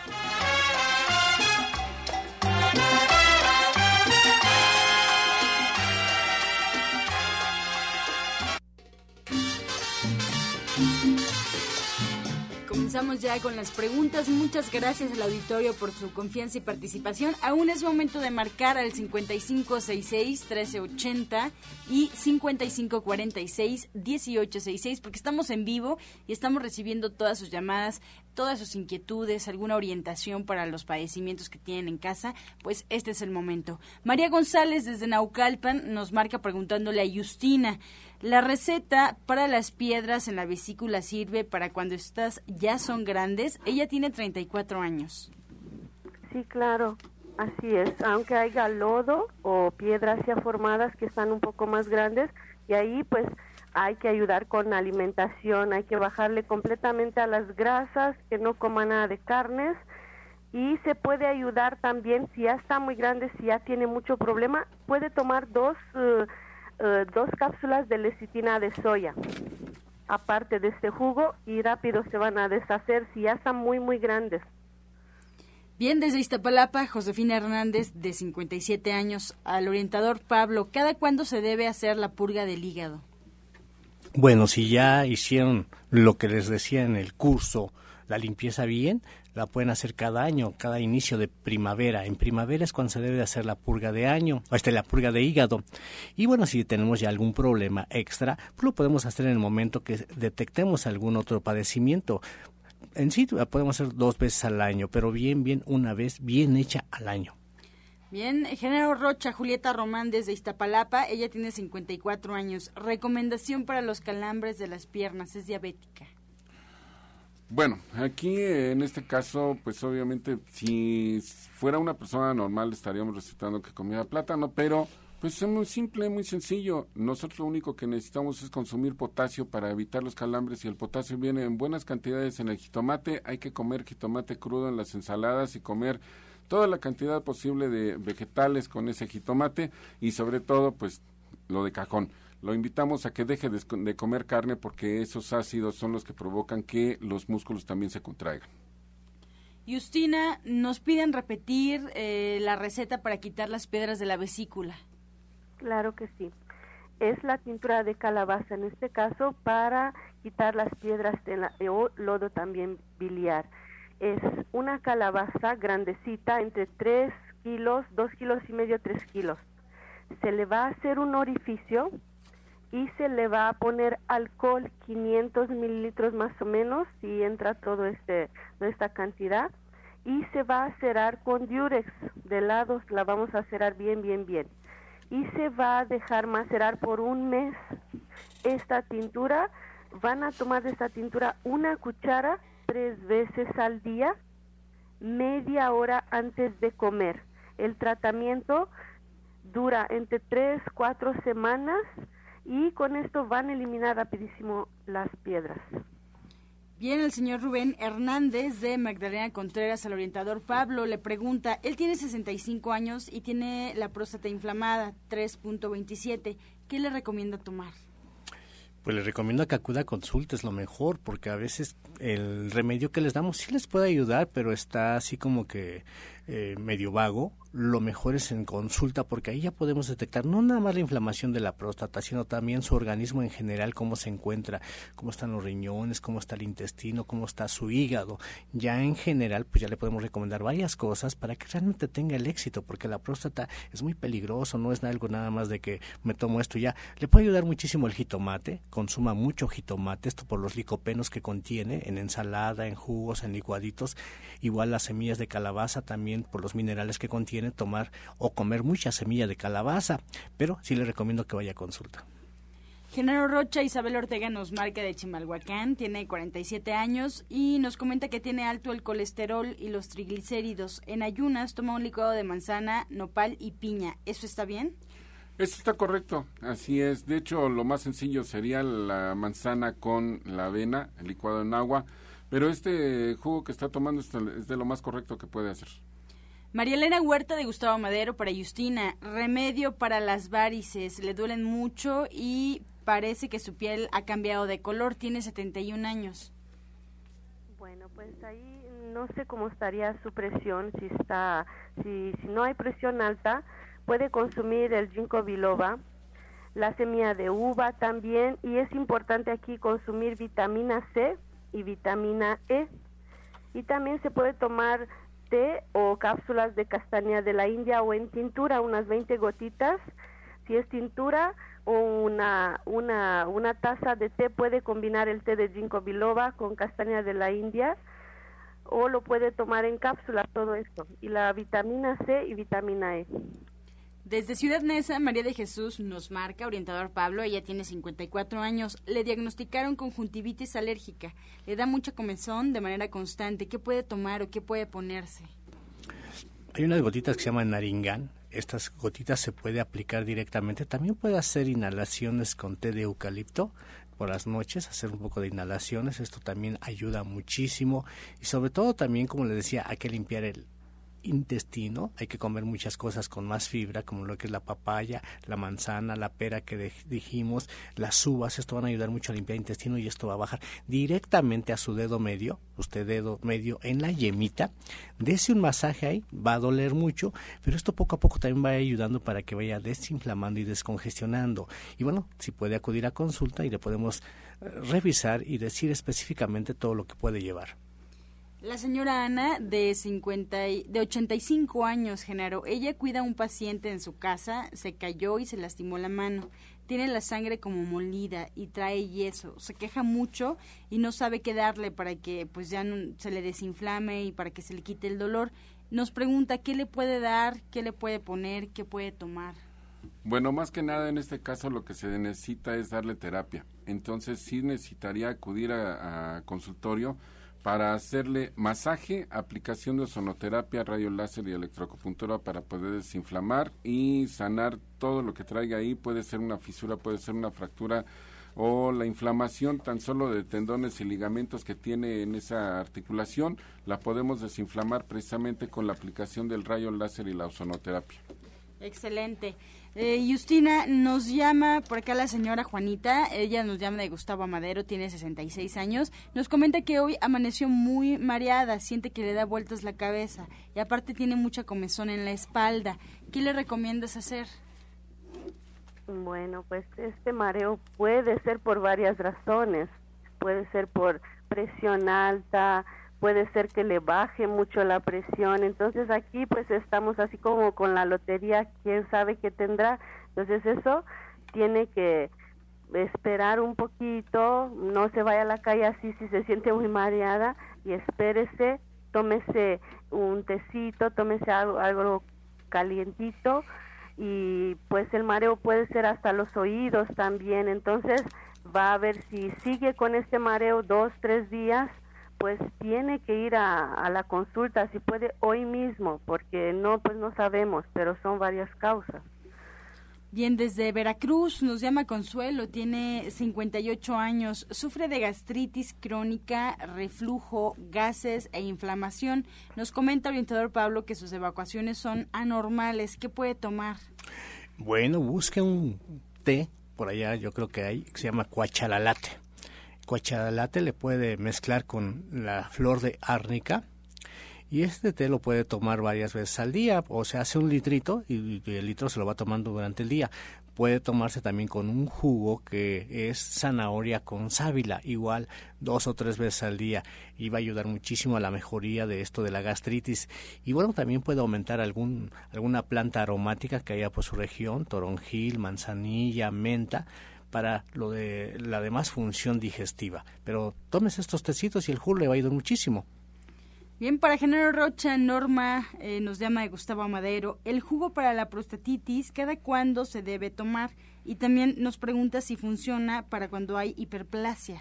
Speaker 2: Comenzamos ya con las preguntas. Muchas gracias al auditorio por su confianza y participación. Aún es momento de marcar al cincuenta y cinco sesenta y seis trece ochenta y cincuenta y cinco cuarenta y seis dieciocho sesenta y seis, porque estamos en vivo y estamos recibiendo todas sus llamadas, todas sus inquietudes, alguna orientación para los padecimientos que tienen en casa. Pues este es el momento. María González desde Naucalpan nos marca preguntándole a Justina: ¿la receta para las piedras en la vesícula sirve para cuando estas ya son grandes? Ella tiene treinta y cuatro años.
Speaker 6: Sí, claro, así es. Aunque haya lodo o piedras ya formadas que están un poco más grandes, y ahí pues hay que ayudar con alimentación, hay que bajarle completamente a las grasas, que no coma nada de carnes, y se puede ayudar también si ya está muy grande, si ya tiene mucho problema, puede tomar dos... Uh, Uh, dos cápsulas de lecitina de soya, aparte de este jugo, y rápido se van a deshacer si ya están muy, muy grandes.
Speaker 2: Bien, desde Iztapalapa, Josefina Hernández, de cincuenta y siete años, al orientador Pablo: ¿cada cuándo se debe hacer la purga del hígado?
Speaker 9: Bueno, si ya hicieron lo que les decía en el curso, la limpieza bien, la pueden hacer cada año, cada inicio de primavera. En primavera es cuando se debe hacer la purga de año, este, la purga de hígado. Y bueno, si tenemos ya algún problema extra, pues lo podemos hacer en el momento que detectemos algún otro padecimiento. En sí, la podemos hacer dos veces al año, pero bien, bien, una vez, bien hecha al año.
Speaker 2: Bien, Genaro Rocha, Julieta Román desde Iztapalapa, ella tiene cincuenta y cuatro años. Recomendación para los calambres de las piernas, es diabética.
Speaker 10: Bueno, aquí en este caso, pues obviamente si fuera una persona normal estaríamos recetando que comiera plátano, pero pues es muy simple, muy sencillo. Nosotros lo único que necesitamos es consumir potasio para evitar los calambres y el potasio viene en buenas cantidades en el jitomate. Hay que comer jitomate crudo en las ensaladas y comer toda la cantidad posible de vegetales con ese jitomate y sobre todo pues lo de cajón. Lo invitamos a que deje de, de comer carne porque esos ácidos son los que provocan que los músculos también se contraigan.
Speaker 2: Justina, nos piden repetir eh, la receta para quitar las piedras de la vesícula.
Speaker 6: Claro que sí. Es la tintura de calabaza, en este caso, para quitar las piedras de la, o lodo también biliar. Es una calabaza grandecita, entre tres kilos, dos kilos y medio, tres kilos. Se le va a hacer un orificio y se le va a poner alcohol, quinientos mililitros más o menos, si entra todo este, toda esta cantidad, y se va a cerar con diurex, de lados la vamos a cerar bien, bien, bien. Y se va a dejar macerar por un mes esta tintura. Van a tomar de esta tintura una cuchara tres veces al día, media hora antes de comer. El tratamiento dura entre tres, cuatro semanas y con esto van a eliminar rapidísimo las piedras.
Speaker 2: Bien, el señor Rubén Hernández de Magdalena Contreras, al orientador Pablo, le pregunta, él tiene sesenta y cinco años y tiene la próstata inflamada, tres punto veintisiete, ¿qué le recomienda tomar?
Speaker 9: Pues les recomiendo que acuda a consulta, es lo mejor, porque a veces el remedio que les damos sí les puede ayudar, pero está así como que eh, medio vago. Lo mejor es en consulta, porque ahí ya podemos detectar no nada más la inflamación de la próstata, sino también su organismo en general, cómo se encuentra, cómo están los riñones, cómo está el intestino, cómo está su hígado. Ya en general, pues ya le podemos recomendar varias cosas para que realmente tenga el éxito, porque la próstata es muy peligroso, no es algo nada más de que me tomo esto y ya. Le puede ayudar muchísimo el jitomate, consuma mucho jitomate, esto por los licopenos que contiene, en ensalada, en jugos, en licuaditos, igual las semillas de calabaza también por los minerales que contiene, tomar o comer mucha semilla de calabaza, pero sí le recomiendo que vaya a consulta.
Speaker 2: Genaro Rocha, Isabel Ortega nos marca de Chimalhuacán, tiene cuarenta y siete años y nos comenta que tiene alto el colesterol y los triglicéridos. En ayunas toma un licuado de manzana, nopal y piña. ¿Eso está bien?
Speaker 10: Eso está correcto, así es. De hecho, lo más sencillo sería la manzana con la avena, el licuado en agua, pero este jugo que está tomando es de lo más correcto que puede hacer.
Speaker 2: María Elena Huerta de Gustavo Madero para Justina, remedio para las varices, le duelen mucho y parece que su piel ha cambiado de color, tiene setenta y un años.
Speaker 6: Bueno, pues ahí no sé cómo estaría su presión, si está, si, si no hay presión alta, puede consumir el ginkgo biloba, la semilla de uva también, y es importante aquí consumir vitamina C y vitamina E. Y también se puede tomar té o cápsulas de castaña de la India o en tintura, unas veinte gotitas. Si es tintura o una, una, una taza de té, puede combinar el té de ginkgo biloba con castaña de la India, o lo puede tomar en cápsula, todo esto. Y la vitamina C y vitamina E.
Speaker 2: Desde Ciudad Neza, María de Jesús nos marca, orientador Pablo, ella tiene cincuenta y cuatro años, le diagnosticaron conjuntivitis alérgica, le da mucha comezón de manera constante, ¿qué puede tomar o qué puede ponerse?
Speaker 9: Hay unas gotitas que se llaman naringán, estas gotitas se puede aplicar directamente, también puede hacer inhalaciones con té de eucalipto por las noches, hacer un poco de inhalaciones, esto también ayuda muchísimo y sobre todo también, como le decía, hay que limpiar el intestino, hay que comer muchas cosas con más fibra, como lo que es la papaya, la manzana, la pera que de, dijimos, las uvas, esto van a ayudar mucho a limpiar el intestino y esto va a bajar directamente a su dedo medio, usted dedo medio en la yemita, dese un masaje ahí, va a doler mucho, pero esto poco a poco también va ayudando para que vaya desinflamando y descongestionando, y bueno, si puede acudir a consulta y le podemos eh, revisar y decir específicamente todo lo que puede llevar.
Speaker 2: La señora Ana, de cincuenta, de ochenta y cinco años, Genaro, ella cuida a un paciente en su casa, se cayó y se lastimó la mano. Tiene la sangre como molida y trae yeso. Se queja mucho y no sabe qué darle para que pues ya no se le desinflame y para que se le quite el dolor. nos pregunta qué le puede dar, qué le puede poner, qué puede tomar.
Speaker 10: Bueno, más que nada en este caso lo que se necesita es darle terapia. Entonces sí necesitaría acudir a, a consultorio para hacerle masaje, aplicación de ozonoterapia, rayo láser y electroacupuntura para poder desinflamar y sanar todo lo que traiga ahí. Puede ser una fisura, puede ser una fractura o la inflamación tan solo de tendones y ligamentos que tiene en esa articulación, la podemos desinflamar precisamente con la aplicación del rayo láser y la ozonoterapia.
Speaker 2: Excelente. Eh, Justina, nos llama por acá la señora Juanita, ella nos llama de Gustavo Amadero, tiene sesenta y seis años, nos comenta que hoy amaneció muy mareada, siente que le da vueltas la cabeza y aparte tiene mucha comezón en la espalda. ¿Qué le recomiendas hacer?
Speaker 6: Bueno, pues este mareo puede ser por varias razones, puede ser por presión alta, puede ser que le baje mucho la presión, entonces aquí pues estamos así como con la lotería, quién sabe qué tendrá, entonces eso tiene que esperar un poquito, no se vaya a la calle así si se siente muy mareada y espérese, tómese un tecito, tómese algo, algo calientito y pues el mareo puede ser hasta los oídos también, entonces va a ver si sigue con este mareo dos, tres días, pues tiene que ir a, a la consulta, si puede hoy mismo, porque no, pues no sabemos, pero son varias causas.
Speaker 2: Bien, desde Veracruz nos llama Consuelo, tiene cincuenta y ocho años, sufre de gastritis crónica, reflujo, gases e inflamación. Nos comenta el orientador Pablo que sus evacuaciones son anormales. ¿Qué puede tomar?
Speaker 9: Bueno, busque un té, por allá yo creo que hay, que se llama cuachalalate. Cuachalalate le puede mezclar con la flor de árnica y este té lo puede tomar varias veces al día, o se hace un litrito y, y el litro se lo va tomando durante el día. Puede tomarse también con un jugo que es zanahoria con sábila, igual dos o tres veces al día, y va a ayudar muchísimo a la mejoría de esto de la gastritis. Y bueno, también puede aumentar algún alguna planta aromática que haya por su región, toronjil, manzanilla, menta, para lo de la demás función digestiva. Pero tomes estos tecitos y el jugo le va a ayudar muchísimo.
Speaker 2: Bien, para Genaro Rocha, Norma eh, nos llama de Gustavo Amadero. El jugo para la prostatitis, ¿cada cuándo se debe tomar? Y también nos pregunta si funciona para cuando hay hiperplasia.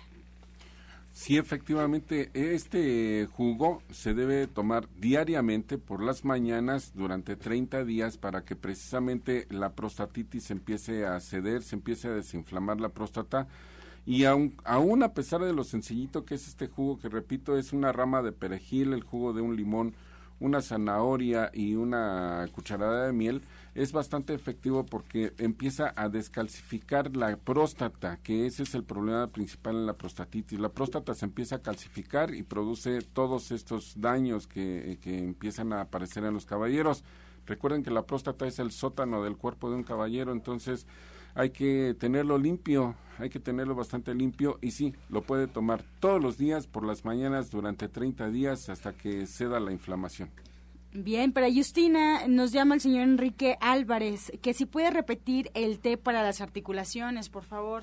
Speaker 10: Sí, efectivamente, este jugo se debe tomar diariamente por las mañanas durante treinta días para que precisamente la prostatitis empiece a ceder, se empiece a desinflamar la próstata. Y aun, aún a pesar de lo sencillito que es este jugo, que repito, es una rama de perejil, el jugo de un limón, una zanahoria y una cucharada de miel, es bastante efectivo porque empieza a descalcificar la próstata, que ese es el problema principal en la prostatitis. La próstata se empieza a calcificar y produce todos estos daños que, que empiezan a aparecer en los caballeros. Recuerden que la próstata es el sótano del cuerpo de un caballero, entonces hay que tenerlo limpio, hay que tenerlo bastante limpio y sí, lo puede tomar todos los días por las mañanas durante treinta días hasta que ceda la inflamación.
Speaker 2: Bien, para Justina nos llama el señor Enrique Álvarez, que si puede repetir el té para las articulaciones, por favor.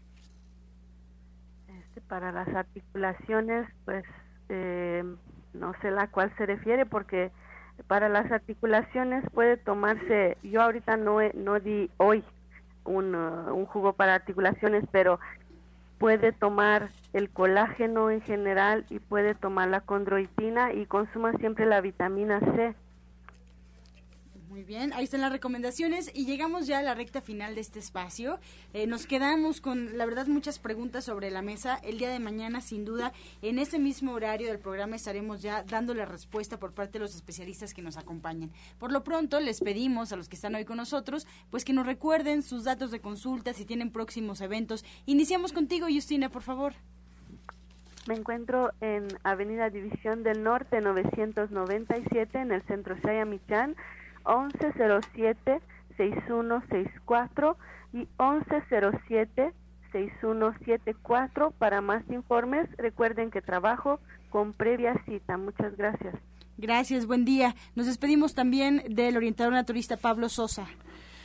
Speaker 6: Este, para las articulaciones, pues eh, no sé a cuál se refiere, porque para las articulaciones puede tomarse, yo ahorita no, he, no di hoy un, uh, un jugo para articulaciones, pero puede tomar el colágeno en general y puede tomar la condroitina y consuma siempre la vitamina C.
Speaker 2: Muy bien, ahí están las recomendaciones y llegamos ya a la recta final de este espacio. Eh, nos quedamos con, la verdad, muchas preguntas sobre la mesa. El día de mañana, sin duda, en ese mismo horario del programa estaremos ya dando la respuesta por parte de los especialistas que nos acompañan. Por lo pronto, les pedimos a los que están hoy con nosotros, pues que nos recuerden sus datos de consulta, si tienen próximos eventos. Iniciamos contigo, Justina, por favor.
Speaker 6: Me encuentro en Avenida División del Norte, novecientos noventa y siete, en el centro Sayamichán, once cero siete, seis uno seis cuatro y once cero siete, seis uno siete cuatro. Para más informes, recuerden que trabajo con previa cita. Muchas gracias.
Speaker 2: Gracias, buen día. Nos despedimos también del orientador naturista Pablo Sosa.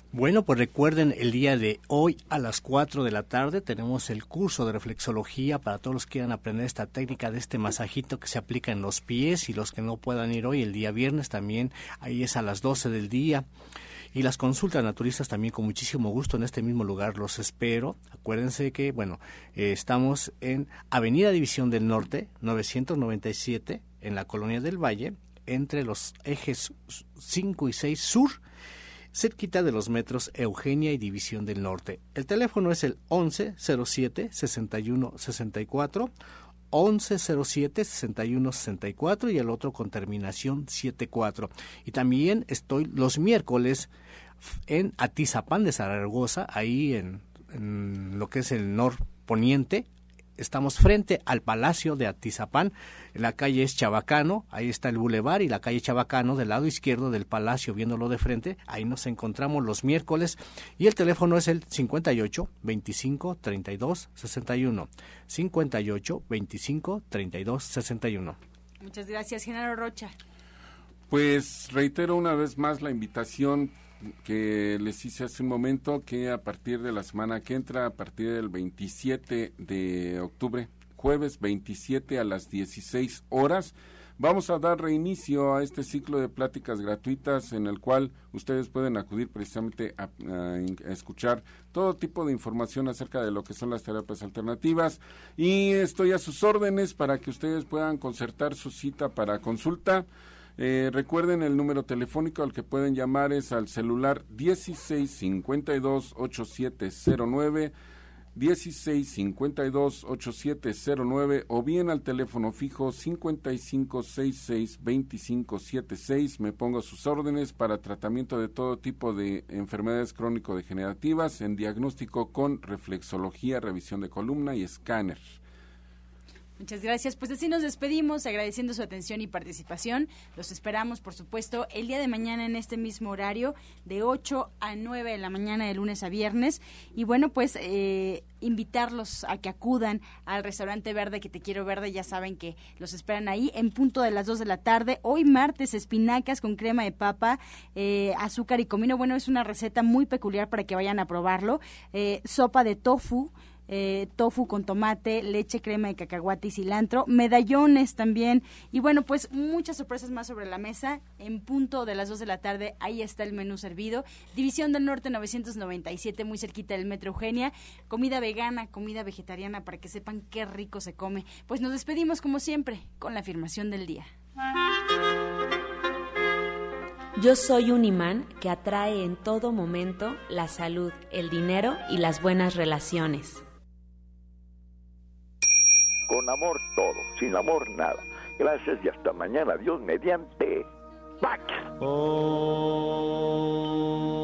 Speaker 9: Bueno, pues recuerden, el día de hoy a las cuatro de la tarde tenemos el curso de reflexología para todos los que quieran aprender esta técnica de este masajito que se aplica en los pies, y los que no puedan ir hoy, el día viernes también, ahí es a las doce del día. Y las consultas naturistas también con muchísimo gusto en este mismo lugar, los espero. Acuérdense que, bueno, eh, estamos en Avenida División del Norte, novecientos noventa y siete, en la Colonia del Valle, entre los ejes cinco y seis sur, cerquita de los metros Eugenia y División del Norte. El teléfono es el once cero siete sesenta y uno sesenta y cuatro, once cero siete sesenta y uno sesenta y cuatro, y el otro con terminación setenta y cuatro. Y también estoy los miércoles en Atizapán de Zaragoza, ahí en, en lo que es el norponiente. Estamos frente al Palacio de Atizapán, la calle es Chabacano, ahí está el bulevar y la calle Chabacano del lado izquierdo del palacio, viéndolo de frente, ahí nos encontramos los miércoles, y el teléfono es el cincuenta y ocho veinticinco treinta y dos sesenta y uno, cincuenta y ocho veinticinco treinta y dos sesenta y uno.
Speaker 2: Muchas gracias, Genaro Rocha.
Speaker 10: Pues reitero una vez más la invitación que les hice hace un momento, que a partir de la semana que entra, a partir del veintisiete de octubre, jueves veintisiete a las dieciséis horas, vamos a dar reinicio a este ciclo de pláticas gratuitas en el cual ustedes pueden acudir precisamente a, a, a escuchar todo tipo de información acerca de lo que son las terapias alternativas, y estoy a sus órdenes para que ustedes puedan concertar su cita para consulta. Eh, recuerden, el número telefónico al que pueden llamar es al celular dieciséis cincuenta y dos ochenta y siete cero nueve, dieciséis cincuenta y dos ochenta y siete cero nueve, o bien al teléfono fijo cincuenta y cinco sesenta y seis veinticinco setenta y seis. Me pongo a sus órdenes para tratamiento de todo tipo de enfermedades crónico-degenerativas, en diagnóstico con reflexología, revisión de columna y escáner.
Speaker 2: Muchas gracias. Pues así nos despedimos, agradeciendo su atención y participación. Los esperamos, por supuesto, el día de mañana en este mismo horario, de ocho a nueve de la mañana, de lunes a viernes. Y bueno, pues eh, invitarlos a que acudan al Restaurante Verde, que te quiero verde. Ya saben que los esperan ahí en punto de las dos de la tarde. Hoy martes, espinacas con crema de papa, eh, azúcar y comino. Bueno, es una receta muy peculiar para que vayan a probarlo. Eh, sopa de tofu. Eh, tofu con tomate, leche, crema de cacahuate y cilantro, medallones también, y bueno, pues muchas sorpresas más sobre la mesa. En punto de las dos de la tarde, ahí está el menú servido. División del Norte novecientos noventa y siete, muy cerquita del Metro Eugenia. Comida vegana, comida vegetariana, para que sepan qué rico se come. Pues nos despedimos como siempre con la afirmación del día.
Speaker 3: Yo soy un imán que atrae en todo momento la salud, el dinero y las buenas relaciones.
Speaker 1: Con amor todo, sin amor nada. Gracias y hasta mañana. Dios mediante. ¡Pax! Oh.